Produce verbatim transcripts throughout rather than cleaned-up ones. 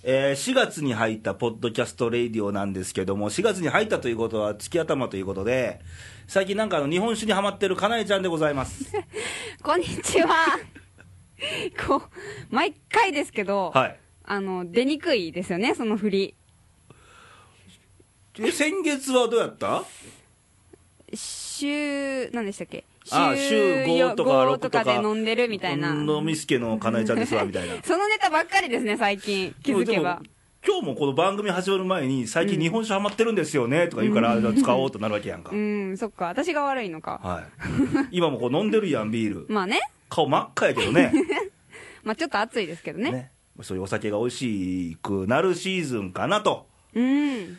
えー、しがつに入ったポッドキャストレイディオなんですけども、しがつに入ったということは月頭ということで、最近なんかあの日本酒にハマってるかなえちゃんでございます。 こんにちは。こう毎回ですけど、 はい、 あの出にくいですよね、その振り。 え先月はどうやった？ 週何でしたっけ？ ああ週ごとかろくとかで飲んでるみたいな。 飲みすけのかなえちゃんですわみたいな。 そのネタばっかりですね最近、気づけば。 今日もこの番組始まる前に最近日本酒ハマってるんですよねとか言うから、うん、使おうとなるわけやんか。 うん、そっか、私が悪いのか。 はい、今もこう飲んでるやんビール。 まあね、 顔真っ赤やけどね。 まあちょっと暑いですけどね。ね、 そういうお酒が美味しくなるシーズンかなと。 うん、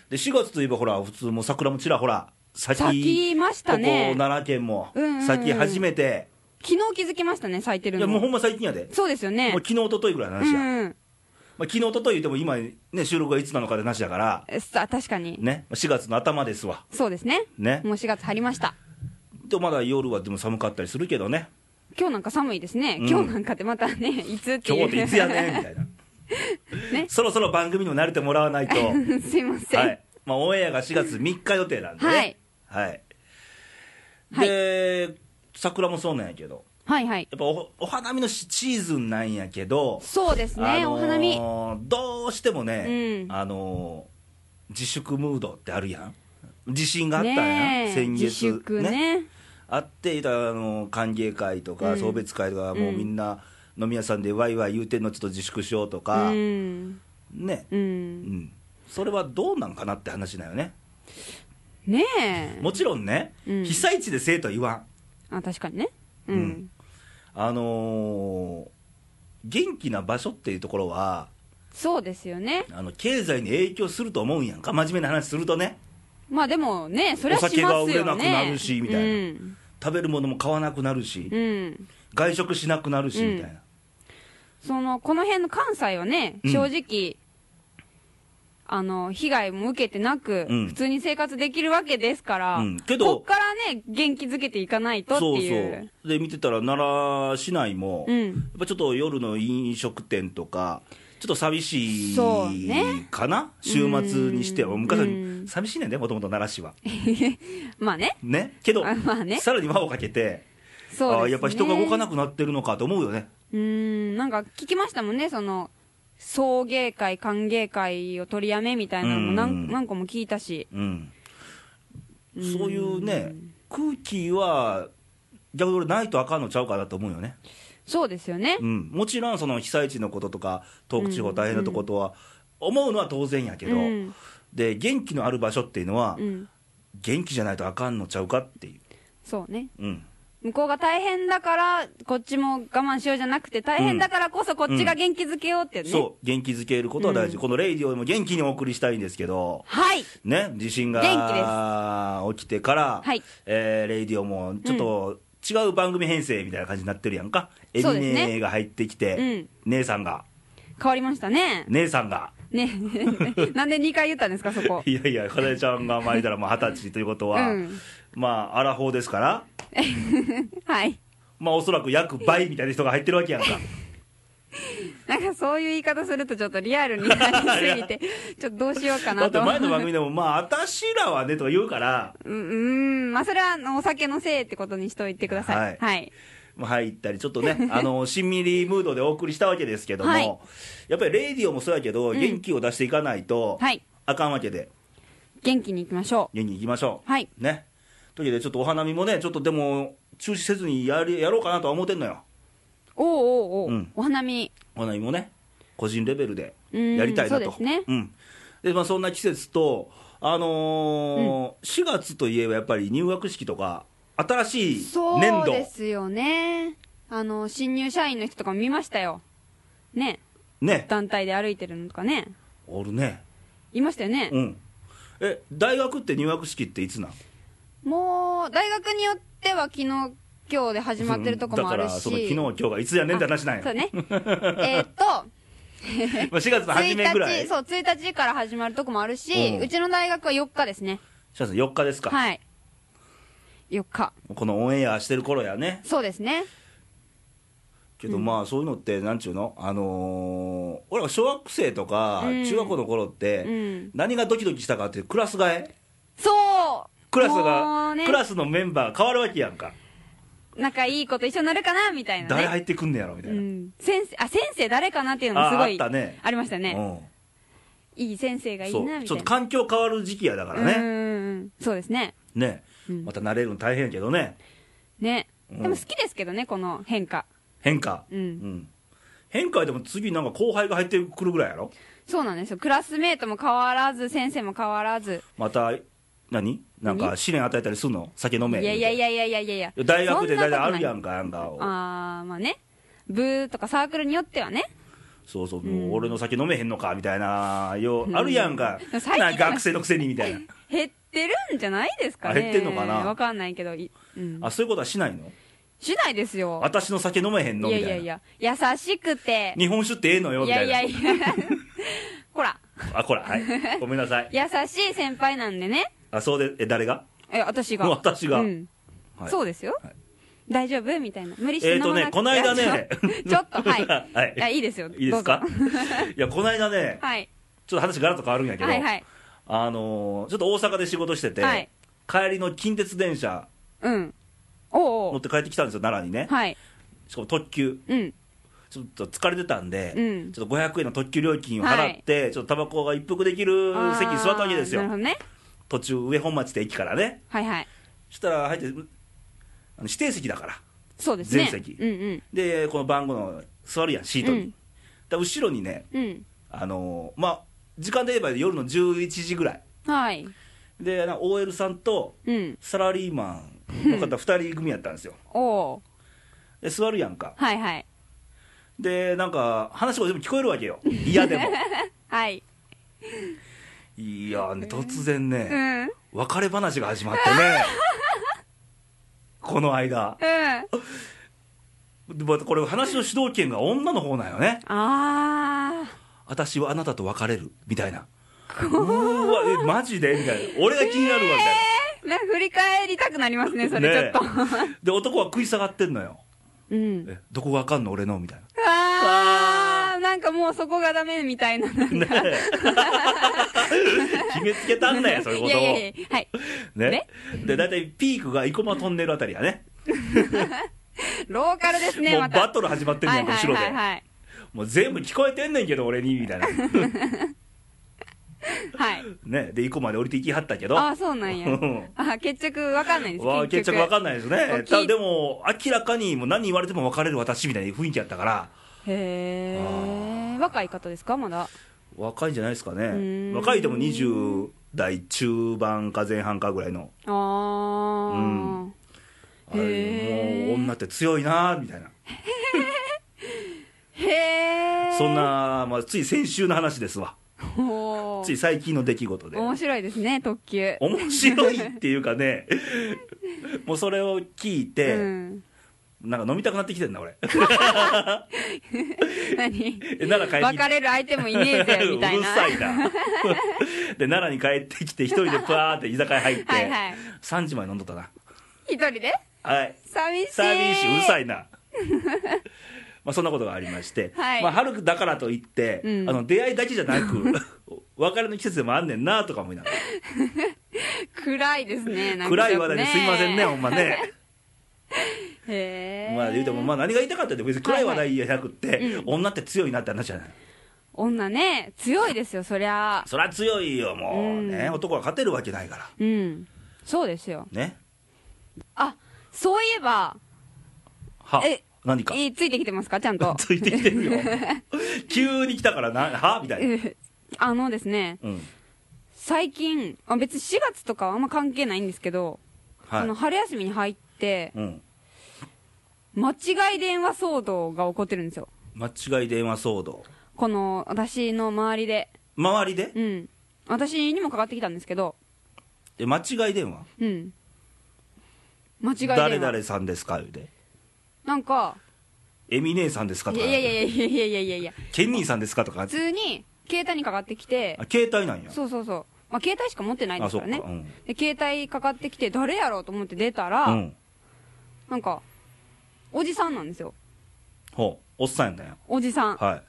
でしがつといえばほら普通も桜もちらほら咲きましたね。 ここ奈良県も咲き始めて、 うんうんうん、昨日気づきましたね、咲いてるの。 いやもうほんま最近やで。 そうですよね。 もう昨日一昨日ぐらいの話や、 うんうん、 まあ、昨日一昨日言っても今、ね、収録がいつなのかでなしだからさあ確かに、 ね、しがつの頭ですわ。 そうですね、ね、もうしがつ入りました。 でまだ夜はでも寒かったりするけどね。 今日なんか寒いですね、うん、今日なんかってまたね、いつっていう、 今日っていつやねんみたいな。ね、そろそろ番組にも慣れてもらわないと。 すいません、はい、 まあ、オンエアがしがつみっか予定なんでね、 はい、 はいで、はい、桜もそうなんやけど、 はいはい、 やっぱ お, お花見のシーズンなんやけど、 そうですね、あのー、お花見どうしてもね、 うん、 あのー、自粛ムードってあるやん。地震があったんや、先月自粛 ね, ねあっていた、あのー、歓迎会とか送別会とか、うん、もうみんな飲み屋さんでワイワイ言うてんのちょっと自粛しようとか、うん、ね、うんうん、それはどうなんかなって話だよね。 ねえ、 もちろんね、うん、被災地でせえとは言わん。 あ、確かにね、うん、うん、 あのー、元気な場所っていうところはそうですよね、 あの経済に影響すると思うんやんか、真面目な話するとね。 まあでもね、それはしますよね、お酒が売れなくなるしみたいな、うん、食べるものも買わなくなるし、 うん、 外食しなくなるし、うん、みたいな。 そのこの辺の関西はね、正直、うん、あの被害も受けてなく、うん、普通に生活できるわけですから、うん、けどこっからね元気づけていかないとっていう。 そうそうで見てたら奈良市内も、うん、やっぱちょっと夜の飲食店とかちょっと寂しいかな、ね、週末にしては。昔は寂しいねんね、もともと奈良市は。 まあねね、けど、 まあね、 さらに輪をかけて、そうですね、あやっぱ人が動かなくなってるのかと思うよね。 うーん、なんか聞きましたもんね、その送迎会歓迎会を取りやめみたいなのも 何,、うん、何個も聞いたし、うん、 そういうね空気は逆に俺ないとあかんのちゃうかなと思うよね。 そうですよね、 うん、もちろんその被災地のこととか東北地方大変なとことは思うのは当然やけど、うん、で元気のある場所っていうのは、うん、元気じゃないとあかんのちゃうかっていう。 そうね、 うん、 向こうが大変だからこっちも我慢しようじゃなくて、大変だからこそこっちが元気づけようっていうね、 うん、そう元気づけることは大事、うん、このレイディオでも元気にお送りしたいんですけど、 はいね、地震が起きてから、 はい、 えー、レイディオもちょっと違う番組編成みたいな感じになってるやんか。エミネが入ってきて、ね、うん、姉さんが変わりましたね。 姉さんがねなんでにかい言ったんですかそこ。 いやいや、かなえちゃんが前いたらまあはたちということは、うん、まあアラフォーですからはい、 まあおそらく約倍みたいな人が入ってるわけやんか。 なんかそういう言い方するとちょっとリアルになりすぎてちょっとどうしようかなと。 だって前の番組でもまあ私らはねとか言うからううんまあそれはお酒のせいってことにしといてください。はい、はい、 入ったりちょっとねあのしんみりムードでお送りしたわけですけども、はい、やっぱりレイディオもそうやけど、うん、元気を出していかないと、はい、あかんわけで、 元気にいきましょう。 元気にいきましょう。 はいね。というわけでちょっとお花見もねちょっとでも中止せずにやりやろうかなとは思ってんのよ。 おうおうおう、うん、お花見お花見もね個人レベルでやりたいなと。 そうですね、 うんでまあ、そんな季節と、あのーうん、しがつといえばやっぱり入学式とか新しい年度。 そうですよね。あの新入社員の人とかも見ましたよね。 ね団体で歩いてるのとかね。 おるね。 いましたよね。 うんえ大学って入学式っていつなん？ もう大学によっては昨日今日で始まってるとこもあるし、だからその昨日今日がいつやねんって話なんや。 そうねえっとしがつの初めぐらいついたちそうついたちから始まるとこもあるし、うん、うちの大学はよっかですね。 しがつよっかですか。 はいよっか。 このオンエアしてる頃やね。 そうですね。 けどまあそういうのってなんちゅうの、あのー、俺は小学生とか中学校の頃って何がドキドキしたかってクラス替え、 そうクラスが、ね、クラスのメンバーが変わるわけやんか。 仲いい子と一緒になるかなみたいな、ね、 誰入ってくんねやろみたいな、うん、 先生あ先生誰かなっていうのもすごいあ, あ, った、ね、 ありましたね、うん、いい先生がいいなみたいな。 ちょっと環境変わる時期やだからね。 うん、そうですねね、うん、また慣れるの大変やけどね。 ね、うん、でも好きですけどね、この変化変化、 うんうん、 変化でも次なんか後輩が入ってくるぐらいやろ。 そうなんですよ、クラスメートも変わらず先生も変わらず、 また何なんか試練与えたりするの、酒飲め。 いやいやいやいやいやいやいや、 大学で大体あるやんか、なんか。 ああまあね、部とかサークルによってはね。 そうそう、もう俺の酒飲めへんのかみたいなよ、うん、あるやんか、な学生のくせにみたいな。 減ってるんじゃないですかね。 減ってんのかな、 わかんないけど、うん、 あ、そういうことはしないの。 しないですよ。 私の酒飲めへんのみたいな。 いやいやいや、優しくて日本酒ってええのよみたいな。 いやいやいやこらあ、こら、はい、ごめんなさい。 優しい先輩なんでね。 あ、そうで、え、誰が。 え、私が。 私が、 うんはい、そうですよ、はい、大丈夫みたいな、無理して飲まなくて。えっとね、この間ねちょっとはい、はい、いやいいですよ、 いいですかいや、この間ね、 はい、 ちょっと話ガラッと変わるんやけど、 はいはい、 あのー、ちょっと大阪で仕事してて、はい、帰りの近鉄電車、 うん、おうおう乗って帰ってきたんですよ、奈良にね、 はい、 しかも特急、 うん、 ちょっと疲れてたんで、うん、ちょっとごひゃくえんの特急料金を払って、はい、ちょっとタバコが一服できる席に座ったわけですよ、 なるほどね、 途中、上本町って駅からね、 はいはい、 そしたら入って、あの指定席だから、 そうですね、 全席、 うんうん、 で、この番号の座るやん、シートに、うん、だ後ろにね、 うん、 あのー、まあ、時間で言えば夜のじゅういちじぐらい、 はい、 で、オーエル さんとサラリーマンの方ふたり組やったんですよ、 おで座るやんか、 はいはい、 で、なんか、話もでも聞こえるわけよ、嫌でも。 はい。 いやね、突然ね、 うん、 別れ話が始まってね、この間。うん、でこれ、話の主導権が女の方なんよね。 ああ。 私はあなたと別れるみたいな。うーわ、え、マジでみたいな。俺が気になるわ、みたいな。 えー、振り返りたくなりますね、それちょっと。 ね、で、男は食い下がってんのよ。 うん、 え、どこがあかんの俺のみたいな。 ああ、なんかもうそこがダメみたいな。ね、決めつけたんだよ、そういうことを。 いやいやいや、はい。 ね。ねで、だいたいピークが生駒トンネルあたりやね。 ローカルですね、 もうバトル始まってんねん、後ろで。 はいはいはいはい、 もう全部聞こえてんねんけど、俺に、みたいな。 はい。 ね、で、生駒まで降りていきはったけど。 ああ、そうなんや。あ、決着わかんないですね。決着わかんないですね。でも、明らかにもう何言われても別れる私みたいな雰囲気やったから。 へえ。若い方ですか、まだ。 若いんじゃないですかね。若いでもにじゅう代中盤か前半かぐらいの。 ああ。うん。 あれ、もう女って強いなみたいな。 へえ。 そんな、まあ、つい先週の話ですわ。つい最近の出来事で。 面白いですね、特急。 面白いっていうかね、もうそれを聞いて、うん、なんか飲みたくなってきてんな、俺。 何別れる相手もいねえぜ、みたいな。 うるさいな。で、奈良に帰ってきて、一人でプワーって居酒屋入って、はいはい、さんじまで飲んどったな。 一人ではい。 寂しい。 寂しい、うるさいな。まあそんなことがありまして、はい、まあ春だからといって、うん、あの出会いだけじゃなく別れの季節でもあんねんなとか思いながら暗いですね、なんか暗い話題ですいませんね、ほんまね。 へえ。 まあ言うても、まあ何が言いたかったって別に暗い話題じゃなくって、はいはい、うん、女って強いなって話じゃない。 女ね、強いですよ、そりゃ。 そりゃ強いよ、もう、うん、ね、男が勝てるわけないから。 うん、そうですよ。 ね。 あ、そういえば、 はえ何か、 えー、ついてきてますか、ちゃんと。 ついてきてるよ。急に来たからな、はみたいな。 あのですね、うん、最近あ、別にしがつとかはあんま関係ないんですけど、はい、あの春休みに入って、うん、間違い電話騒動が起こってるんですよ。 間違い電話騒動、 この私の周りで。 周りで、 うん、私にもかかってきたんですけど。 え、間違い電話、 うん、間違い電話、 誰々さんですか言うて、 なんかエミ姉さんですかとか、 いやいやいやいやいやいやいやいやケンニーさんですかとか、 普通に携帯にかかってきて。 あ、携帯なんや。 そうそうそう、まあ、携帯しか持ってないですからね、 うん、 で携帯かかってきて誰やろうと思って出たら、うん、なんかおじさんなんですよ。 ほう、おっさんやったんや。 おじさん、 はい、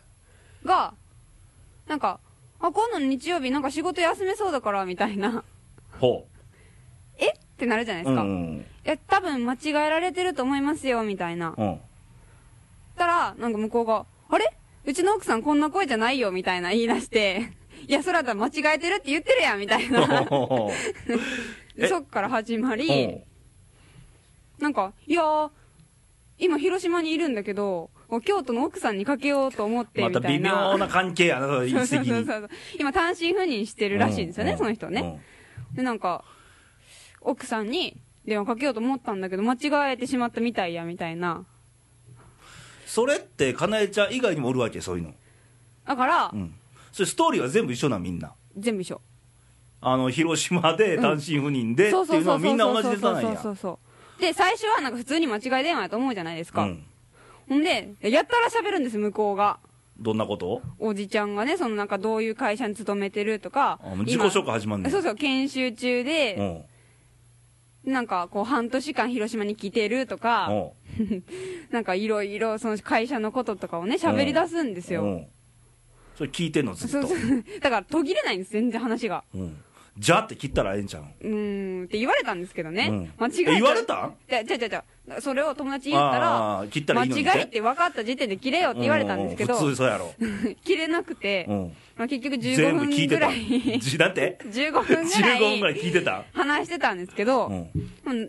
がなんかあ今度の日曜日なんか仕事休めそうだからみたいなほうえってなるじゃないですか、うんうん、いや多分間違えられてると思いますよみたいな、うん、たらなんか向こうがあれうちの奥さんこんな声じゃないよみたいな言い出していやそらだ間違えてるって言ってるやんみたいなそっから始まりなんかいやー今広島にいるんだけど京都の奥さんにかけようと思ってみたいな、 また微妙な関係やなそうそうそうそう今単身赴任してるらしいんですよね、うん、その人ね、うん、でなんか奥さんに電話かけようと思ったんだけど間違えてしまったみたいやみたいな。 それってかなえちゃん以外にもおるわけそういうのだから、 うん、それストーリーは全部一緒なみんな全部一緒あの広島で単身赴任で、うん、っていうのはみんな同じネタなんや。 そうそうそうで最初はなんか普通に間違い電話やと思うじゃないですか、うん、ほんでやったら喋るんです向こうが。 どんなこと？ おじちゃんがねそのなんかどういう会社に勤めてるとか自己紹介始まんねん。 そうそう研修中で、うん、なんかこう半年間広島に来てるとかなんかいろいろその会社のこととかをね喋り出すんですよ、うん、 それ聞いてんのずっと。 そうそうだから途切れないんです全然話が、うん、 じゃあって切ったらええんちゃう。 うーんって言われたんですけどね、うん、間違えた。言われた？ じゃじゃじゃじゃそれを友達に言ったら切ったらいいのにって間違いって分かった時点で切れよって言われたんですけど、 うんうん、普通そうやろ切れなくて、うんまあ、結局じゅうごふんぐらい全部聞いてただってじゅうごふんぐらいじゅうごふんぐらい聞いてた話してたんですけど、うん、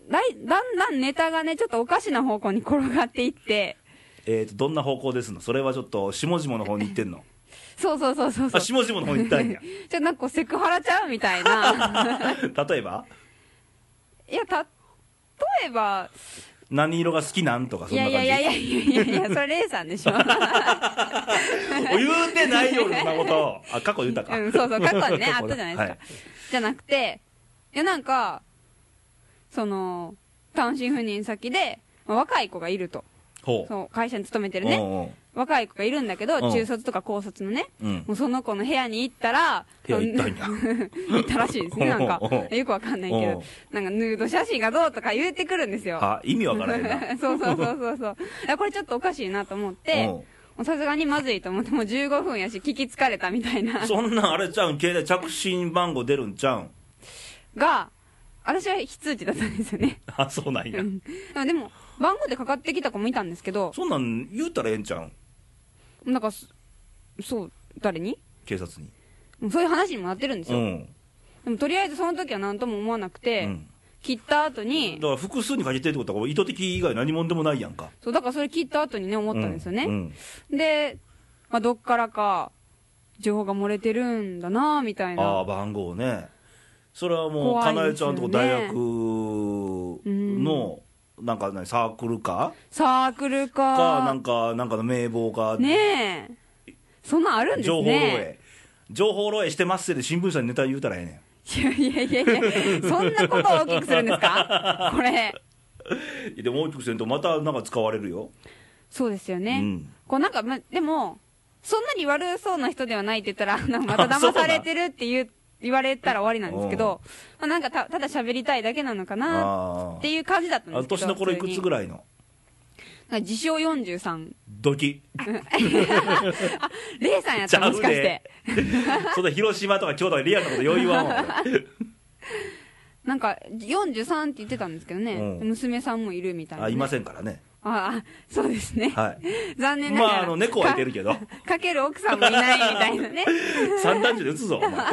だ, だんだんネタがねちょっとおかしな方向に転がっていってえーとどんな方向ですの？それはちょっと下々の方に行ってんの？ そうそうそうそうそう。 あ、下々の方に行ったんやじゃあなんかセクハラちゃうみたいな例えばいや例えば何色が好きなんとかそんな感じ。 いやいやいやいやいやいやそれレイさんでしょ言うてないよそんなことあ過去言ったか、 うん、そうそう過去にねあったじゃないですか、はい、じゃなくていやなんかその単身赴任先で、まあ、若い子がいるとほうそう会社に勤めてるねおうおう若い子がいるんだけど中卒とか高卒のね、うん、もうその子の部屋に行ったら部屋行ったんや行ったらしいですねなんかよくわかんないけどなんかヌード写真がどうとか言ってくるんですよ。 は意味わからへんなそうそうそうそうそういやこれちょっとおかしいなと思ってさすがにまずいと思ってもうじゅうごふんやし聞き疲れたみたいなそんなんあれちゃうん携帯着信番号出るんちゃうんが私は非通知だったんですよねあそうなんや、うん、 でも番号でかかってきた子もいたんですけどそんなん言うたらええんちゃうんなんかそう誰に警察にそういう話にもなってるんですよ、うん、でもとりあえずその時は何とも思わなくて、うん、切った後にだから複数にかけてるってことは意図的以外何もんでもないやんか。 そうだからそれ切った後にね思ったんですよね、うんうん、で、まあ、どっからか情報が漏れてるんだなみたいな。 ああ番号ねそれはもうかなえちゃんとこ大学の、うん、なんか、ね、サークルかサークルかかなんかなんかの名簿かねえそんなんあるんですね。 情報漏洩情報漏洩してますって新聞社にネタ言うたらええねん。いやいやいやいやそんなことを大きくするんですかこれでも大きくするとまたなんか使われるよ。 そうですよね、うん、こうなんか、ま、でもそんなに悪そうな人ではないって言ったらなんかまた騙されてるって言う言われたら終わりなんですけど、まあ、なんか た, ただ喋りたいだけなのかなっていう感じだったんですけど。 年の頃いくつぐらいの自称よんじゅうさんドキあレイさんやったもしかしてそんな広島とか京都とかリアルなこと余裕はもうなんかよんじゅうさんって言ってたんですけどね、うん、娘さんもいるみたいな、ね、 あいませんからね。 ああそうですね、 はい、 残念ながらまああの猫はいてるけどか, かける奥さんもいないみたいなね三段地で打つぞお前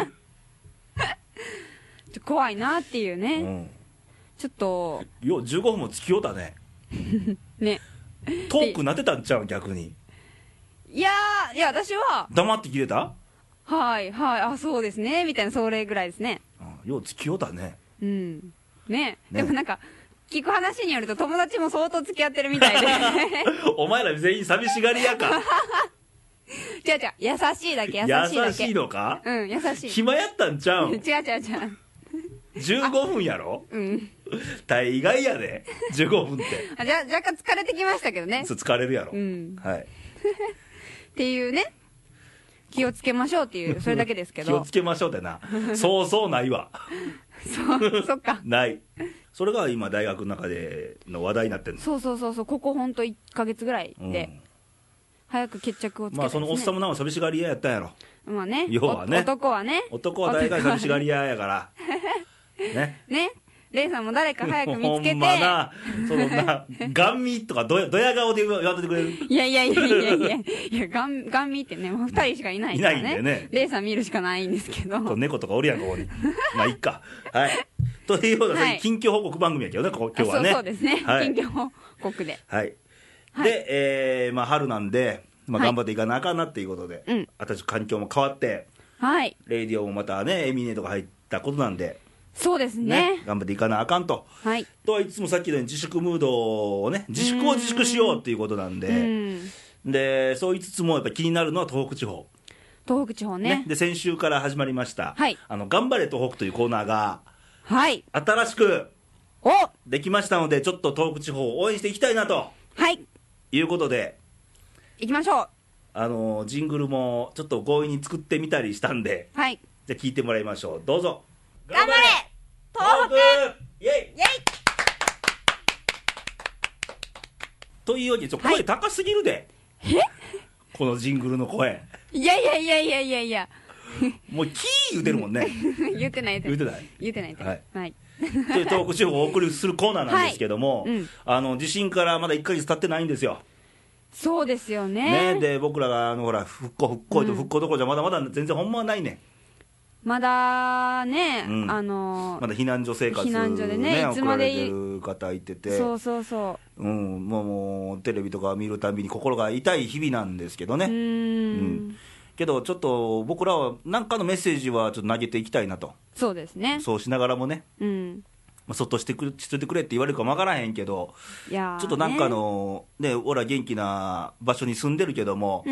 怖いなっていうね、うん、ちょっとよじゅうごふんも付き合うたねねトークなってたんちゃう逆に。 いやーいや私は黙って切れたはいはいあそうですねみたいなそれぐらいですね。 よう付き合うたねうんねねでもなんか聞く話によると友達も相当付き合ってるみたいでお前ら全員寂しがり屋か違う違う優しいだけ優しいだけ優しいのかうん優しい暇やったんちゃうん違う違う違うじゅうごふんやろうん大概やでじゅうごふんってあじゃ若干疲れてきましたけどね。 そう疲れるやろ、うん、はいっていうね気をつけましょうっていうそれだけですけど気をつけましょうってなそうそうないわそうそっかないそれが今大学の中での話題になってるの。 そうそうそうそう、ここほんといっかげつぐらいで、うん、早く決着をつけて、ね、 まあそのおっさんもなんか寂しがり屋やったんやろ。 まあね、 要はね、 男はね、 男は大概寂しがり屋やからねね、レイさんも誰か早く見つけてほんまな、そのなガン見とかドヤドヤ顔で言わせてくれる。 いやいやいやいやいやいや、ガンガン見ってね、もうふたりしかいないからね、いないんでね、レイさん見るしかないんですけど、 猫とかおるやんここにまあいっか、はいというような、はい、近況報告番組やけどね、ここ今日はね。 そうそうですね、はい、近況報告で、 はい、はい、で、えーまあ、春なんで、まあ、頑張っていかなあかんなっていうことで、はい、うん、私環境も変わって、はい、レイディオもまたねエミネとか入ったことなんで、 そうです ね, ね頑張っていかなあかんと、 はい、 とはいつもさっきのように自粛ムードをね、自粛を自粛しようっていうことなんで、うんでそう言いつつもやっぱり気になるのは東北地方、 東北地方 ね, ねで先週から始まりました、 はい、 あの頑張れ東北というコーナーが、 はい、 新しくおできましたので、ちょっと東北地方を応援していきたいなと、 はい、 いうことでいきましょう。 あのジングルもちょっと強引に作ってみたりしたんで、 はい、 じゃあ聞いてもらいましょう。どうぞ。 頑張れ東北、 イエイイエイというようにちょっと声高すぎるで、 はい、えこのジングルの声。 いやいやいやいやいやいやもうキー言うてるもんね言ってない言ってない言ってない言ってない、はい、はい、 という東北地方をお送りするコーナーなんですけども、はい、うん、あの地震からまだいっかげつ経ってないんですよ。 そうですよ ね, ねで僕らがあのほら復興復興と復興どころじゃまだまだ全然ほんまはないね、んまだね、 うん、 あのー、 まだ避難所生活、 避難所でね、いつまでいる方いてて、 そうそうそう、 うん、もう、もうテレビとか見るたびに心が痛い日々なんですけどね、うん、うん、けどちょっと僕らは何かのメッセージはちょっと投げていきたいなと、 そうですね、 そうしながらもね、 うん、 まあ、そっとしてくれしててくれって言われるかもわからへんけど、いやちょっとなんかの、ね、俺ら元気な場所に住んでるけども、うん、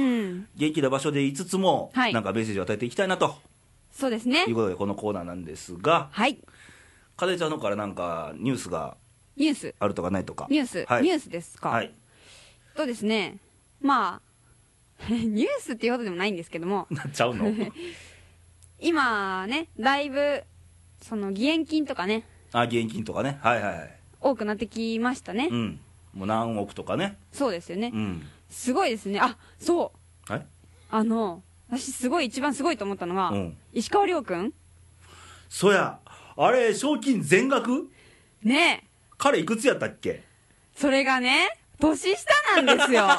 元気な場所でいつつも、はい、なんかメッセージを与えていきたいなと。 そうですね。 ということでこのコーナーなんですが、 はい。 かぜちゃんのからなんかニュースがニュースあるとかないとか。 ニュース、はい、ニュースですか。はい。とですね、まあニュースっていうほどでもないんですけども。 なっちゃうの？ 今ね、だいぶその義援金とかね。 あ、義援金とかね、はいはいはい。 多くなってきましたね。 うん。もう何億とかね。 そうですよね。 うん。 すごいですね。あ、そう。 はい。 あの。私すごい一番すごいと思ったのが、うん、石川遼君。 そやあれ賞金全額ねえ、 彼いくつやったっけ。 それがね年下なんですよ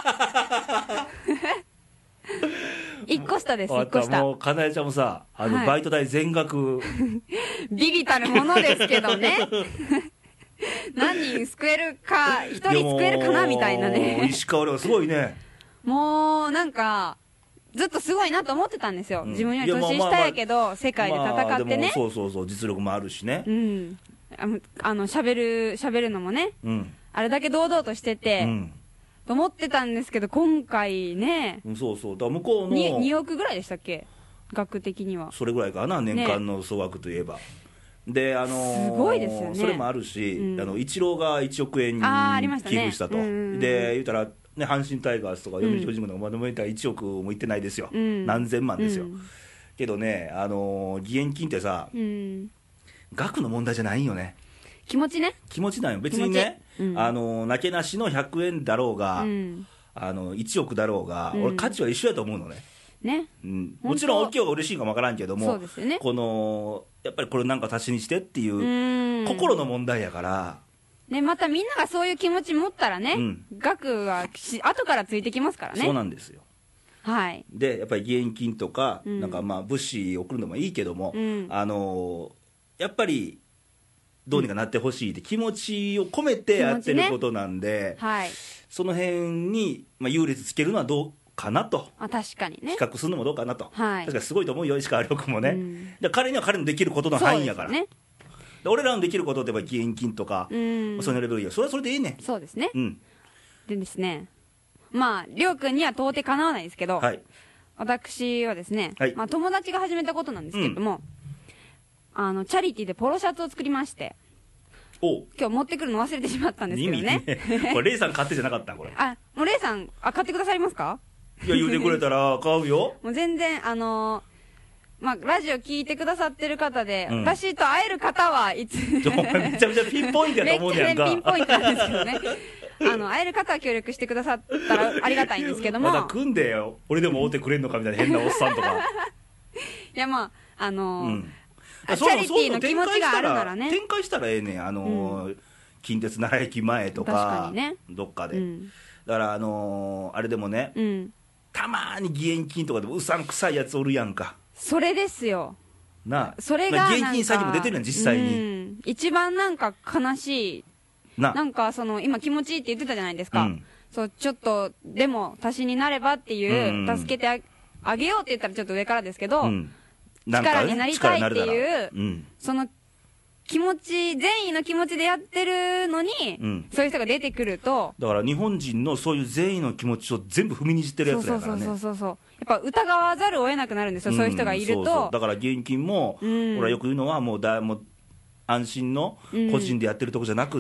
一個下です。一個下。 もうかなえちゃんもさ、あの、はい、バイト代全額ビビたるものですけどね何人救えるか、一人救えるかなみたいなね。 石川遼すごいね。 もうなんかずっとすごいなと思ってたんですよ、うん、自分より年下やけど、まあまあ、世界で戦ってね、 まあ、そうそうそう実力もあるしね、 うん、あの喋る喋るのもね、うん、あれだけ堂々としてて、うん、と思ってたんですけど今回ね、 うん、そうそうだ向こうの 2, におくぐらいでしたっけ、額的にはそれぐらいかな、年間の総額といえば、ね、であのー、 すごいですよね。 それもあるし、うん、あのイチローがいちおくえんに寄付したと、ね、で言うたらね、阪神タイガースとか読売巨人軍とかまとめたらいちおくもいってないですよ、うん、何千万ですよ、うん、けどね、あのー、義援金ってさ、うん、額の問題じゃないよね、 気持ちね、 気持ちなんよ、別にね、うん、あのー、なけなしのひゃくえんだろうが、うん、あのいちおくだろうが、うん、俺価値は一緒やと思うのね、 ね、 うん、もちろん大きい方が嬉しいかもわからんけども、 そうですよね、このやっぱりこれなんか足しにしてっていう心の問題やから、 ね、またみんながそういう気持ち持ったらね、うん、額は後からついてきますからね。 そうなんですよ、 はい、 でやっぱり義援金とか、うん、なんかまあ物資送るのもいいけども、うん、あのー、やっぱりどうにかなってほしいって気持ちを込めてやってることなんで、ね、はい、その辺に、まあ、優劣つけるのはどうかなと、 あ確かにね、 比較するのもどうかなと、 はい、 確かにすごいと思うよ、石川遼君もね、うん、で彼には彼のできることの範囲やから、そうですね、俺らのできることって義援金とか、うん、そういうレベルいいよ、それはそれでいいね。 そうですね、うん、でですね、まありょうくんには到底かなわないですけど、はい、私はですね、はい、まあ、友達が始めたことなんですけれども、うん、あのチャリティーでポロシャツを作りまして、お今日持ってくるの忘れてしまったんですけどねこれレイさん買ってじゃなかったこれあ、もうレイさんあ買ってくださりますか。 いや言うてくれたら買うよもう全然あのーまあ、ラジオ聞いてくださってる方で、うん、私と会える方はいつめちゃめちゃピンポイントやと思うやんか。 めっちゃ、ね、ピンポイントなんですけどねあの会える方は協力してくださったらありがたいんですけども、 まだ組んでよ、俺でも会うてくれんのかみたいな変なおっさんとかいやまああのーうん、チャリティーの気持ちがあるならね、 展開したらええねん、あのーうん、近鉄奈良駅前とか、 確かにね、 どっかで、うん、だからあのー、あれでもね、うん、たまに義援金とかでもうさんくさいやつおるやんか。 それですよなあ、 それが義援金詐欺も出てるやん実際に、 うん、一番なんか悲しいな、なんかその今気持ちいいって言ってたじゃないですか、うん、そうちょっとでも足しになればっていう、うん、助けて あ, あげようって言ったらちょっと上からですけど、うん、力になりたいっていう、うん、その気持ち、善意の気持ちでやってるのに、うん、そういう人が出てくると、 だから日本人のそういう善意の気持ちを全部踏みにじってるやつだからね。 そうそうそうそう、やっぱ疑わざるを得なくなるんですよ、うん、そういう人がいると。そうそう、 だから現金も、うん、俺はよく言うのはもうだもう安心の個人でやってるとこじゃなくって、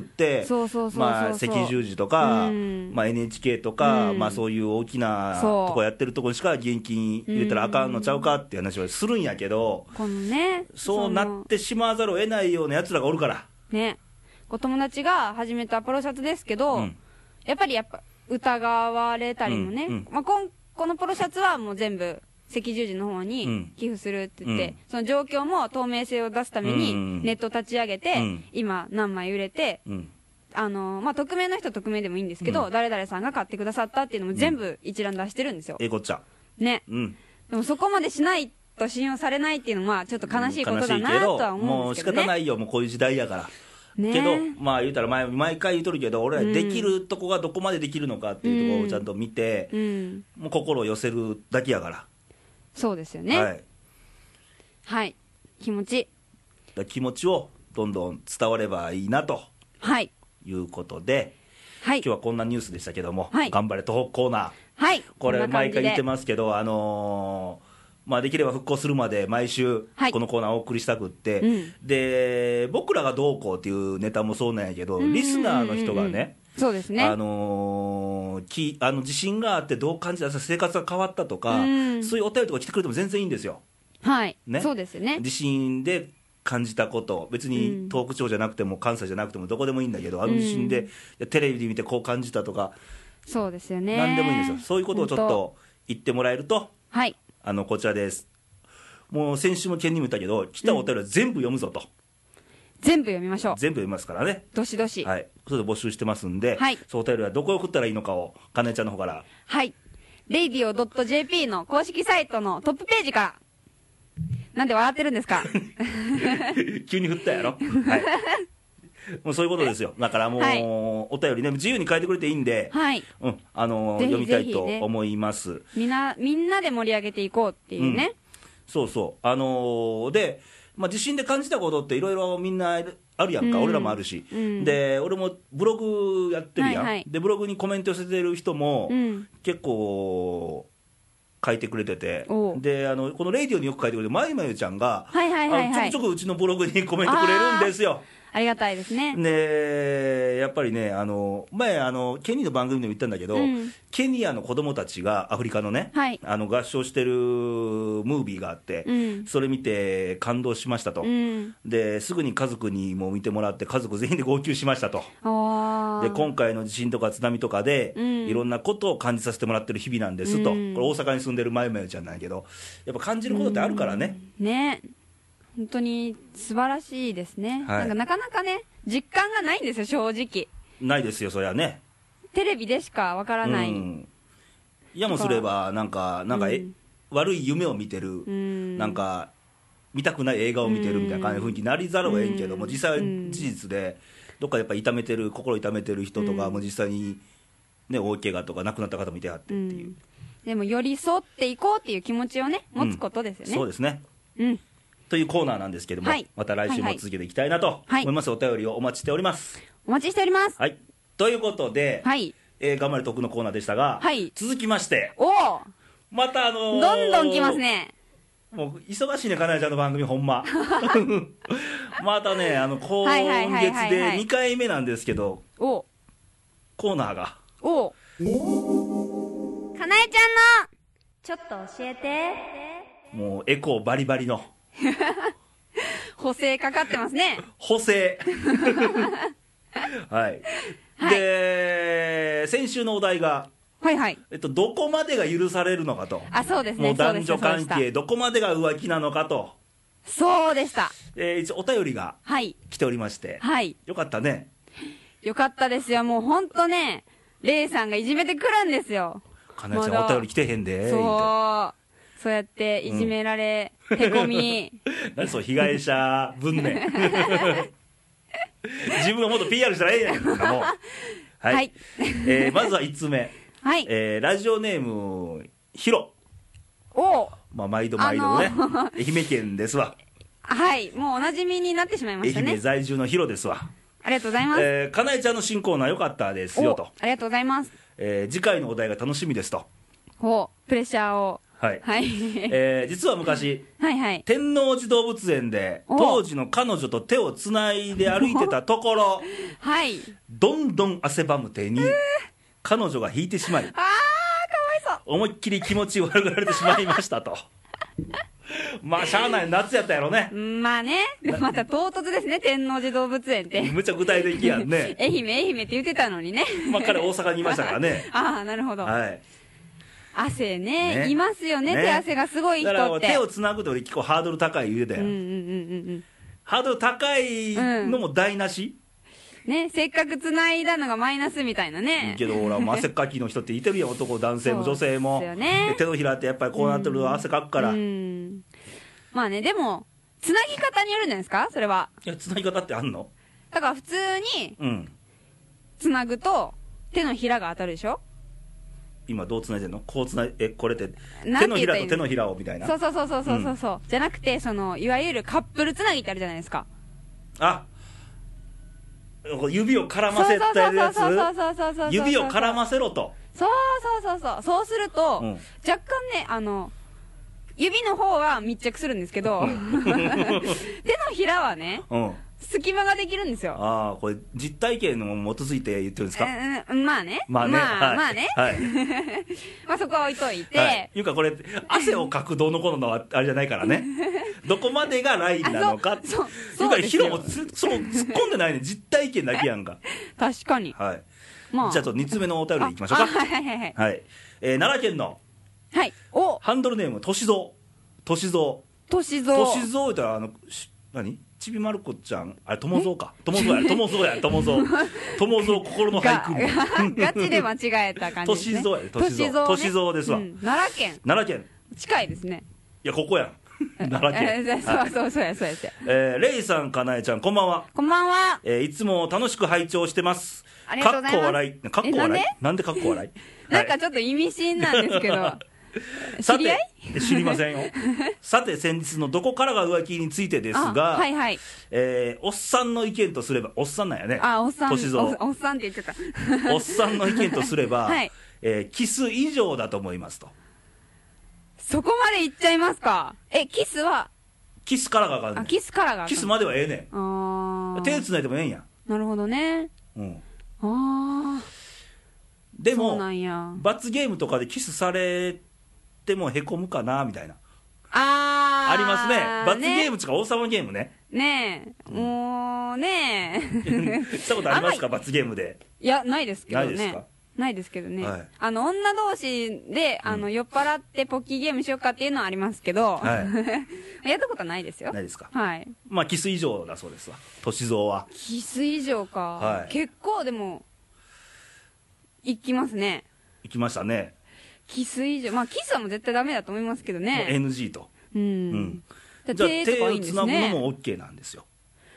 赤十字とか、うん、まあ、エヌエイチケー とか、うん、まあ、そういう大きなとこやってるとこにしか現金入れたらあかんのちゃうかっていう話はするんやけど、 このね、 そうなってしまわざるを得ないようなやつらがおるからね。お友達が始めたポロシャツですけど、うん、やっぱりやっぱ疑われたりもね、うんうん、まあ、こんこのポロシャツはもう全部赤十字の方に寄付するって言って、うん、その状況も透明性を出すためにネット立ち上げて、うん、今何枚売れて、うん、あのまあ、匿名の人匿名でもいいんですけど、うん、誰々さんが買ってくださったっていうのも全部一覧出してるんですよ。 ええこっちゃね、うん、でもそこまでしないと信用されないっていうのはちょっと悲しいことだなとは思うんですけどね。 もう仕方ないよ、もうこういう時代やからね、けどまあ言うたら 毎, 毎回言うとるけど、俺らできるとこがどこまでできるのかっていうところをちゃんと見て、うん、もう心を寄せるだけやから。 そうですよね。はい、はい、気持ちだ気持ちをどんどん伝わればいいなと、はい、いうことで、はい、今日はこんなニュースでしたけども、はい、頑張れ東北コーナー、はい、これ毎回言ってますけど、あのーまあ、できれば復興するまで毎週このコーナーをお送りしたくって、はい、うん、で僕らがどうこうっていうネタもそうなんやけど、リスナーの人がね、 そうですね、 あのー、きあの地震があってどう感じた、生活が変わったとか、うん、そういうお便りとか来てくれても全然いいんですよ。 はい、ね、そうですよね。 地震で感じたこと、別に東北地方じゃなくても関西じゃなくてもどこでもいいんだけど、あの地震で、うん、テレビで見てこう感じたとか、 そうですよね、 何でもいいんですよ。そういうことをちょっと言ってもらえると、はい、あのこちらです。もう先週も県にも言ったけど、来たお便りは全部読むぞと、うん、 全部読みましょう。 全部読みますからね、 どしどし、 はい、それで募集してますんで、はい、そうお便りはどこへ送ったらいいのかをかなえちゃんの方から。 はい、レイディオ .jp の公式サイトのトップページから。なんで笑ってるんですか急に振ったやろ、はい、もうそういうことですよ。だからもう、はい、お便りね自由に書いてくれていいんで、はい、うん、あのー、読みたいと思います。 みんなみんなで盛り上げていこうっていうね、うん、 そうそうあのー、で、まあ、地震で感じたことっていろいろみんなあるやんか、うん、俺らもあるし、うん、で俺もブログやってるやん、はいはい、でブログにコメント寄せてる人も、うん、結構書いてくれてて、であのこのレイディオによく書いてくれてまゆまゆちゃんが、はいはいはいはい、あのちょくちょくうちのブログにコメントくれるんですよ。 ありがたいですね。 でやっぱりね、あの前あのケニーの番組でも言ったんだけど、うん、ケニアの子供たちがアフリカのね、はい、あの合唱してるムービーがあって、うん、それ見て感動しましたと、うん、ですぐに家族にも見てもらって家族全員で号泣しましたと。で今回の地震とか津波とかで、うん、いろんなことを感じさせてもらってる日々なんですと、うん、これ大阪に住んでるまゆまゆちゃんなんやけど、やっぱ感じることってあるからね、 うん、ね、本当に素晴らしいですね、はい、なんかなかなかね実感がないんですよ、正直。 ないですよ、そりゃね、 テレビでしかわからない、うん、 やもすればなんかなんかえ、うん、悪い夢を見てる、うん、なんか見たくない映画を見てるみたいな雰囲気になりざるをえんけども、うん、実際事実でどっかやっぱ痛めてる心痛めてる人とかも実際に、ね、大怪我とか亡くなった方もいてはってっていう、うん、でも寄り添っていこうっていう気持ちをね持つことですよね、 うん、そうですね、うん、というコーナーなんですけども、はい、また来週も続けていきたいなと思います、はいはい、お便りをお待ちしております。 お待ちしております、 はい、ということで、はい、えー、頑張れ徳のコーナーでしたが、はい、続きましておまたあのー、 どんどん来ますね。 もう忙しいね、かなえちゃんの番組ほんままたね、あの今月でにかいめなんですけど、おコーナーがおかなえちゃんのちょっと教えてもうエコーバリバリの補正かかってますね。 補正はい、 はい、 で先週のお題が、 はいはい、 えっと、どこまでが許されるのかと。 あ、そうですね。 もう男女関係どこまでが浮気なのかと。 そうでした、 えー、一応お便りが来ておりまして、 はい、 よかったね。 よかったですよ。もうほんとね、レイさんがいじめてくるんですよ。 かなえちゃんお便り来てへんで。 そうそうやっていじめられ、うん、へこみ何そう被害者分ね自分をもっと ピーアール したらええやんかもう。はい、はい、えー、まずはいつつめ、はい、えー、ラジオネームヒロ。 お、 まあ、毎度毎度ね、あのー、愛媛県ですわ。 はい、もうおなじみになってしまいましたね。 愛媛在住のヒロですわ。 ありがとうございます。 えー、かなえちゃんの新コーナー良かったですよと。 ありがとうございます。 えー、次回のお題が楽しみですと。 ほう、プレッシャーを。 はい、はい、えー、実は昔はい、はい、 天王寺動物園で当時の彼女と手をつないで歩いてたところ、 はい、 どんどん汗ばむ手に彼女が引いてしまい、あー、かわいそう、 思いっきり気持ち悪がられてしまいましたとまあしゃあない夏やったやろね。 まあね、また唐突ですね、天王寺動物園ってむちゃ具体的やんね愛媛愛媛って言ってたのにねまあ彼大阪にいましたからねああ、なるほど、 はい、 汗 ね, ねいますよ ね, ね、手汗がすごい人って。だから手をつなぐって俺結構ハードル高い言うてたやん、うんうんうんうん、ハードル高いのも台無し、 うん、ね、せっかくつないだのがマイナスみたいなね。 いいけどほら汗っかきの人っていてるやん男男性も女性もそうですよ、ね、 手のひらってやっぱりこうなってる汗かくから、うんうん、 まあね、でもつなぎ方によるんじゃないですか、それは。 いや、つなぎ方ってあんの？ だから普通につなぐと手のひらが当たるでしょ。 今どうつないでんの？こうつないえこれって手のひらと手のひらをみたいな。 そうそうそうそうそうそうそう、うん、じゃなくて、そのいわゆるカップルつなぎってあるじゃないですか。 あ、指を絡ませたやつ、指を絡ませろと。 そうそうそうそう、そうすると、うん、若干ね、あの指の方は密着するんですけど手のひらはね、うん、隙間ができるんですよ。 ああ、これ実体験に基づいて言ってるんですか？ えー、まあね、 まあね、 まあ、はい、まあね、 はい、 まあそこは置いといて、 はい、いうかこれ汗をかくどうのこうのはあれじゃないからねどこまでがラインなのかっていうか、ヒロもつその突っ込んでないね、実体験だけやんか確かに、 はい、まあ、じゃあちょっとにつめのお便りいきましょうか。 はいはいはいはい、 はい、えー、奈良県のはい、おハンドルネームとしぞう。としぞうとしぞうとしぞう言ったらあの何ちびまる子ちゃん、あれともぞうか、ともぞうやともぞうやともぞうともぞう心の俳句ガチで間違えた感じですね。 としぞうやとしぞうとしぞうですわ、うん、 奈良県奈良県近いですね。 いやここやん奈良県、 えー、そうそうそうやそうやそうや、 えー、レイさんかなえちゃんこんばんは。 こんばんは、 えー、いつも楽しく拝聴してます。 ありがとうございます。 かっこ笑いかっこ笑いなんでかっこ笑いなんかちょっと意味深なんですけど知り合い？ 知りませんよさて先日のどこからが浮気についてですが、 はいはい、 えー、おっさんの意見とすれば、おっさんなんやね、 あ、おっさん、 歳三おっさんって言っちゃったおっさんの意見とすれば、 はい、 えー、キス以上だと思いますと。 そこまで言っちゃいますか。え、キスはキスからがあかんねん。 あ、キスからがキスまではええねん。 あ、 手つないでもええんや。 なるほどね、うん、ああ、 でも罰ゲームとかでキスされてもへこむかなみたいな、 あありますね。罰ゲームとか王様ゲームね。 ねえ、うん、もうねえしたことありますか罰ゲームで。 いや、ないですけどね。 ないですか。 ないですけどね、 はい、 あの女同士であの、うん、酔っ払ってポッキーゲームしようかっていうのはありますけど、はい、やったことはないですよ。 ないですか。 はい、 まあキス以上だそうですわ、歳三は。 キス以上か、 はい、 結構でもいきますね。 いきましたね。 キス以上、まあキスはもう絶対ダメだと思いますけどね。 エヌジー と、 うん、うん、 じゃあ手とかいいんですね。手をつなぐのも OK なんですよ。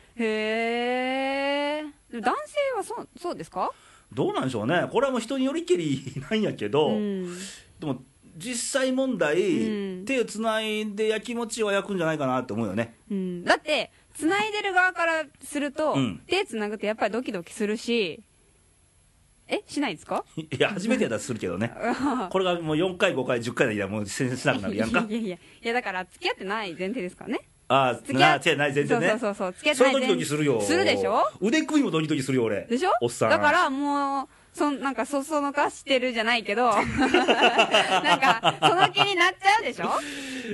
へえ。男性はそう、そうですか。 どうなんでしょうね、これはもう人によりけりなんやけど、うん、でも実際問題、うん、手をつないでやきもちは焼くんじゃないかなって思うよね、 うん、だってつないでる側からすると、うん、手つなぐとやっぱりドキドキするし、え、しないですか。 いや初めてやったらするけどねこれがもうよんかいごかいじゅっかいの間もう先生しなくなるやんかいやいやいや、だから付き合ってない前提ですからね。 ああ、付き合ってない全然ね。 そうそうそう、付き合ってないそれドキドキするよ。 するでしょ。 腕首もドキドキするよ俺。 でしょ。 おっさん。 だからもうそなんかそそのかしてるじゃないけどなんかその気になっちゃうでしょ。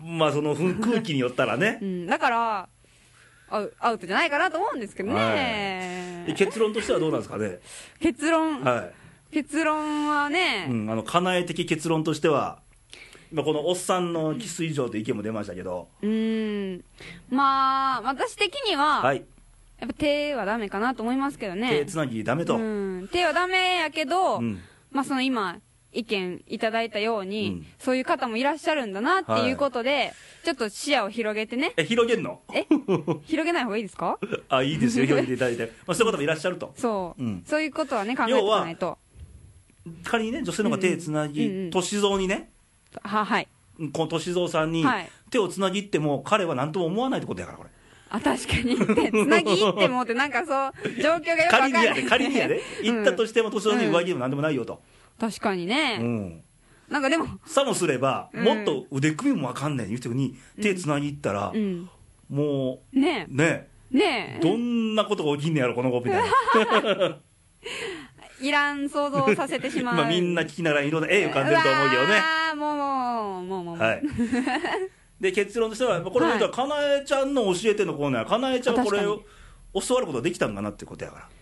まあその空気によったらね、 うん、だからアウ、アウトじゃないかなと思うんですけどね、 はい、結論としてはどうなんですかね。 結論、 はい、 結論はね、 うん、あの家内的結論としては、まあ、このおっさんのキス以上という意見も出ましたけど、 うーん、まあ私的には、はい、やっぱ手はダメかなと思いますけどね。 手つなぎダメと、 うん、手はダメやけど、うん、まあその今意見いただいたように、うん、そういう方もいらっしゃるんだなっていうことで、はい、ちょっと視野を広げてね。 え、広げんの？ え広げない方がいいですか？ あ、いいですよ、広げていただいて、まあ、そういう方もいらっしゃると。 そう、うん、そういうことはね、考えておかないと。 仮にね、女性の方が手つなぎ、うんうん、歳三にね、 は、はい、 この歳三さんに手をつなぎっても、彼は何とも思わないってことやから、これ。 あ、確かに。手つなぎってもって、なんかそう、状況がよくわかんない。 仮にやで、仮にやで、行ったとしても、歳三に上着でも何でもないよと。 うん、確かにね。うん。なんかでも。 さもすれば、うん、もっと腕組みもわかんない言うてるに、手つなぎったら、うん、もう、 ねえ。ねえ。ねえ。どんなことが起きんねやろ、この子、みたいな。 いらん想像させてしまう。 まあみんな聞きながらいろんな絵浮かんでると思うけどね。 ああ、もうもう、もうもう。はい。 で、結論としては、これ、はい、かなえちゃんの教えてのコーナー、かなえちゃんはこれを教わることができたんかなってことやから。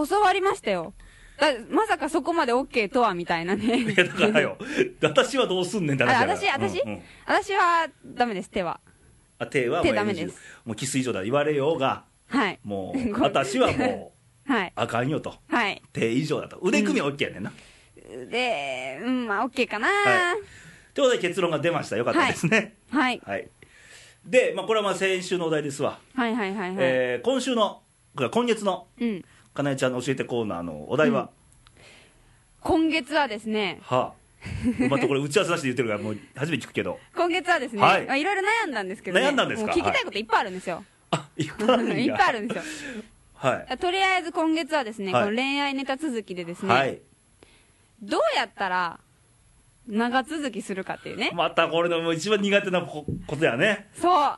教わりましたよ。だまさかそこまで OK とはみたいなね。 いや、だからよ、私はどうすんねんって話だから。 私、私、うんうん、私はダメです、手は。 あ、手は手ダメです。 もうキス以上だ言われようが、 はい。 もう、私はもう、はい。あかんよと。 はい。 手以上だと。腕組みは OK やねんな。 うん、で、うん、まあ OK かな。 はい。ということで結論が出ました。よかったですね。 はい。 はい。はい、で、まあ、これはまあ先週のお題ですわ。 はいはいはいはい。 えー、今週の、今月の、うん、かなえちゃんの教えてコーナーのお題は、うん、 今月はですね、 はあ、またこれ打ち合わせなしで言ってるからもう初めて聞くけど、 今月はですね、はい、いろいろ悩んだんですけど、ね、 悩んだんですか。 もう聞きたいこといっぱいあるんですよ。 はい、あ、いっぱいあるんや。 いっぱいあるんですよ。 はい。 とりあえず今月はですね、はい、この恋愛ネタ続きでですね、はい、どうやったら長続きするかっていうね。 またこれのもう一番苦手なことやね。 そう。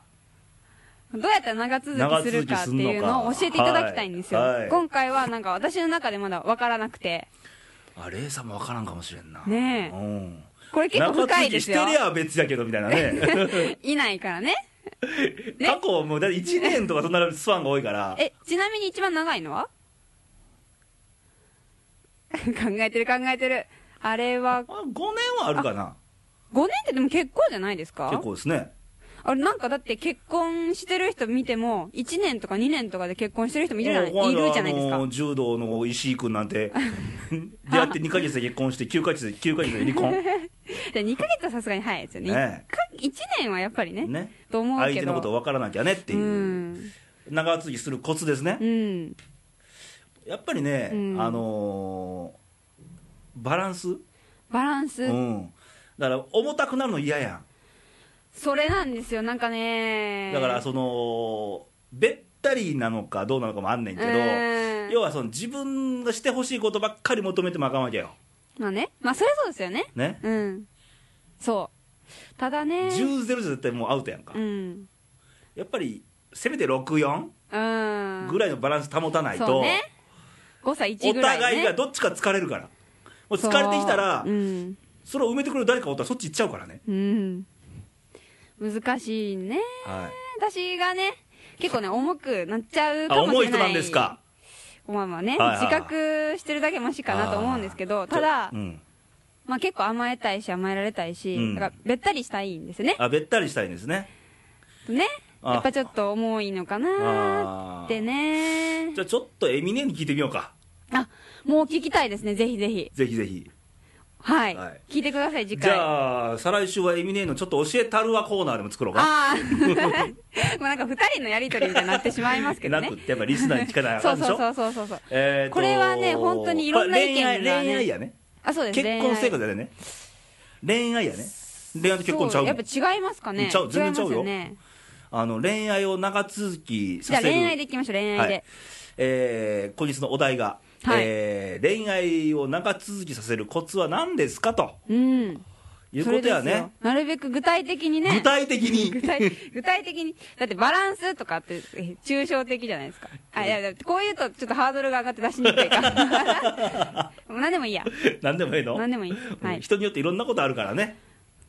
どうやったら長続きするかっていうのを教えていただきたいんですよ。はいはい、今回はなんか私の中でまだ分からなくて。 あ、レイさんも分からんかもしれんな。 ねえ。 うん、 これ結構深いですよ。 長続きしてりゃ別やけどみたいなね。 いないからね。 ね、過去もうだっていちねんとかそんなスパンが多いから。 え、ちなみに一番長いのは考えてる考えてる。あれは。 あ、ごねんはあるかな。 ごねんってでも結構じゃないですか。 結構ですね。 あれなんかだって結婚してる人見てもいちねんとかにねんとかで結婚してる人もいるじゃない、いるじゃないですか。 柔道の石井君なんて出会ってにかげつで結婚してきゅうかげつできゅうかげつで離婚。 でにかげつはさすがに早いですよね。ねいちねんはやっぱりね。ね、と思うけど。 相手のことを分からなきゃねっていう、うん、長続きするコツですね。うん、やっぱりね、うん、あのー、バランス。 バランス。うん。 だから重たくなるの嫌やん。 それなんですよ、なんかね。 だからそのべったりなのかどうなのかもあんねんけど、えー、要はその自分がしてほしいことばっかり求めてもあかんわけよ。 まあね、まあそれそうですよね。 ね、 うん、そうただね、 じゅうゼロじゃ絶対もうアウトやんか、うん、やっぱりせめてろくよんぐらいのバランス保たないと、そうね、 誤差いちぐらい、ね、 お互いがどっちか疲れるから、もう疲れてきたら そ,、うん、それを埋めてくれる誰かおったらそっち行っちゃうからね、 うん、難しいね、はい、私がね結構ね重くなっちゃうかもしれない。 重い人なんですか。 まあまあね、はいはい、自覚してるだけマシかなと思うんですけど、ただ、うん、まあ結構甘えたいし甘えられたいし、うん、だからべったりしたいんですね。 あ、べったりしたいんですね。 ね、やっぱちょっと重いのかなってね。 じゃあちょっとエミネに聞いてみようか。 あ、もう聞きたいですね、ぜひぜひ。 ぜひぜひ。 はい、はい、聞いてください次回。 じゃあ再来週はエミネのちょっと教えたるわコーナーでも作ろうか。 ああもうなんかふたりのやり取りみたいになってしまいますけどね。 なくってやっぱリスナーに力があるでしょ。 そうそうそうそうそう、えー、これはね本当にいろんな意見が、ね、 恋愛、恋愛やね。 あ、そうです。 結婚生活だよね。恋愛やね。恋愛と結婚ちゃうの。 やっぱ違いますかね。 ちゃう、全然ちゃうよ。ね、あの恋愛を長続きさせる。 じゃあ恋愛でいきましょう。恋愛で、はい、えー、今日のお題が、はい、えー、恋愛を長続きさせるコツは何ですかと、うん、いうことやね。 なるべく具体的にね。 具体的に具体具体的に。だってバランスとかって抽象的じゃないですか。あ、いや、こういうとちょっとハードルが上がって出しにくいから何でもいいや。 何でもいいの。 何でもいい、はい、 人によっていろんなことあるからね。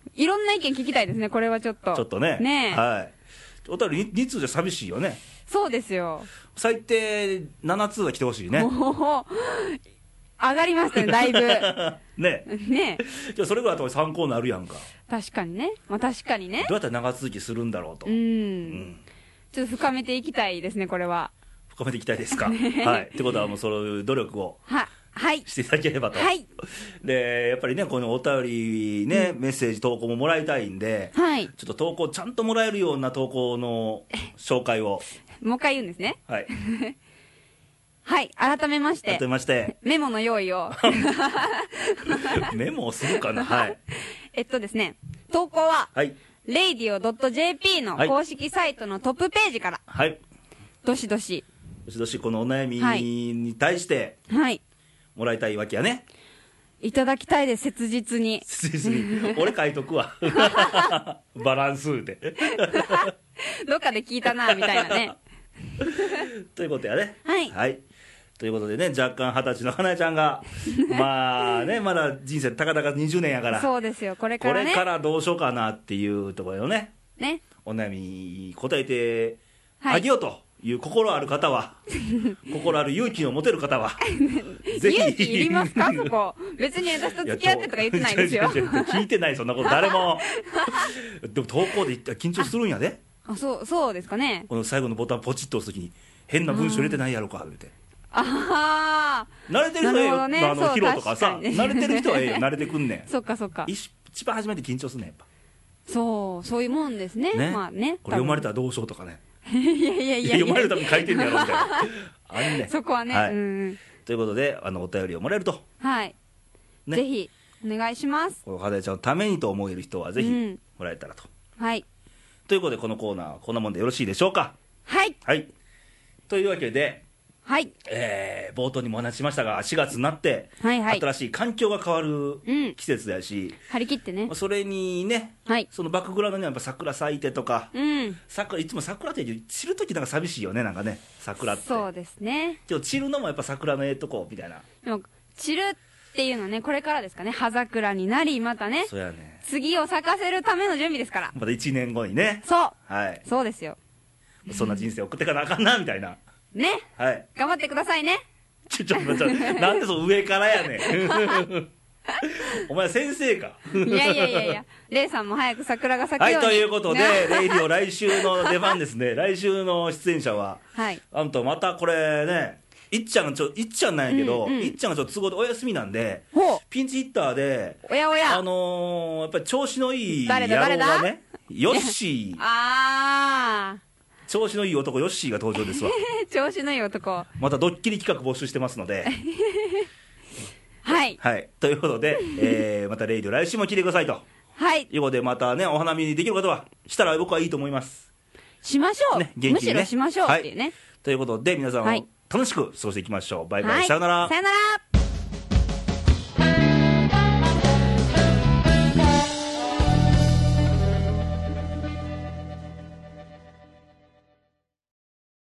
いろんな意見聞きたいですね、これはちょっと。 ちょっとね。 ねはい。お便りに通じゃ寂しいよね。 そうですよ。 最低なな通は来てほしいね。 もう、上がりましたね、だいぶ。 ね。 ね。 じゃあそれぐらいと参考になるやんか。 確かにね。まあ確かにね。 どうやったら長続きするんだろうと。 うん。うんちょっと深めていきたいですね、これは。 深めていきたいですか。ね、はい。ってことは、もうそういう努力を。 は、はい。 していただければと。 はい。 で、やっぱりね、このお便りね、うん、メッセージ、投稿ももらいたいんで、 はい。 ちょっと投稿、ちゃんともらえるような投稿の紹介を。 もう一回言うんですね。 はい。 はい。改めまして。 改めまして。 メモの用意を。 メモをするかなはい。 えっとですね、投稿は、 はい。 レイディオ .jp の公式サイトのトップページから、 はい。 どしどし。 どしどしこのお悩みに対して、 はい。 もらいたいわけやね。 いただきたいです、切実に。 切実に。俺書いとくわ。バランスで。 どっかで聞いたな、みたいなね。 ということやね。 はい。 はい。ということでね、若干二十歳の花江ちゃんが、まあね、まだ人生たかだかにじゅうねんやから、 そうですよ、これからね。 これからどうしようかなっていうところよね。 ね。 お悩みに答えてあげようという心ある方は、心ある勇気を持てる方は、 ぜひ。勇気いりますか、そこ。別に私と付き合ってとか言ってないですよ。 聞いてない、そんなこと、誰も。でも投稿で言ったら緊張するんやで。 あ、そう、そうですかね。 この最後のボタンポチッと押すときに、変な文章入れてないやろか、言うて。 ああ。 慣れてる人は、ね、あの、ヒロとかさ、慣れてる人はええよ、慣れてくんねん。 そっかそっか。 一番初めて緊張すんねん、やっぱ。 そう、そういうもんですね。ねまあね。 これ読まれたらどうしようとかね。 いやいやいやいや。 読まれるために書いてんやろ、みたいな。あんねん。 そこはね。 はい。 うん、 ということで、あの、お便りをもらえると。 はい。ね、ぜひ、お願いします。 この花江ちゃんのためにと思える人は、ぜひ、もらえたらと、 うん。はい。 ということで、このコーナーはこんなもんでよろしいでしょうか。 はい。 はい。というわけで、 はい。 えー、冒頭にもお話ししましたが、しがつになって、 はいはい、 新しい環境が変わる季節だし、 うん、張り切ってね。 それにね、はい、そのバックグラウンドにはやっぱ桜咲いてとか、うん、桜いつも桜って散るときなんか寂しいよね、なんかね、桜って。 そうですね。 けど散るのもやっぱ桜のええとこみたいな。 でも散るっていうのね、これからですかね、葉桜になり、またね、 そうやね、 次を咲かせるための準備ですから。 またいちねんごにね。 そう。 はい。 そうですよ。 そんな人生送ってかなあかんな、みたいな。 ね。 はい。 頑張ってくださいね。 ちょ、ちょ、ちょ、なんでそう上からやねん。お前先生か。 いやいやいやいや、レイさんも早く桜が咲くように。 はい、ということで、レイディオ来週の出番ですね。来週の出演者は、はい。あんとまたこれね、いっちゃんがちょ、いっちゃんなんやけど、うんうん、いっちゃんがちょっと都合でお休みなんで、ピンチヒッターで、 おやおや。 あのー、やっぱり調子のいい野郎がね、ヨッシー。 あー。 調子のいい男ヨッシーが登場ですわ。 調子のいい男。 またドッキリ企画募集してますので。 はい。 はい。ということで、えー、またレイディオ来週も聞いてくださいと。 はい。 ということで、またね、お花見できる方は、したら僕はいいと思います。 しましょう。ね、元気にね。むしろしましょうっていうね。はい、 ということで、皆さん、はい、楽しく過ごしていきましょう。バイバイ、はい、さよなら。 さよなら。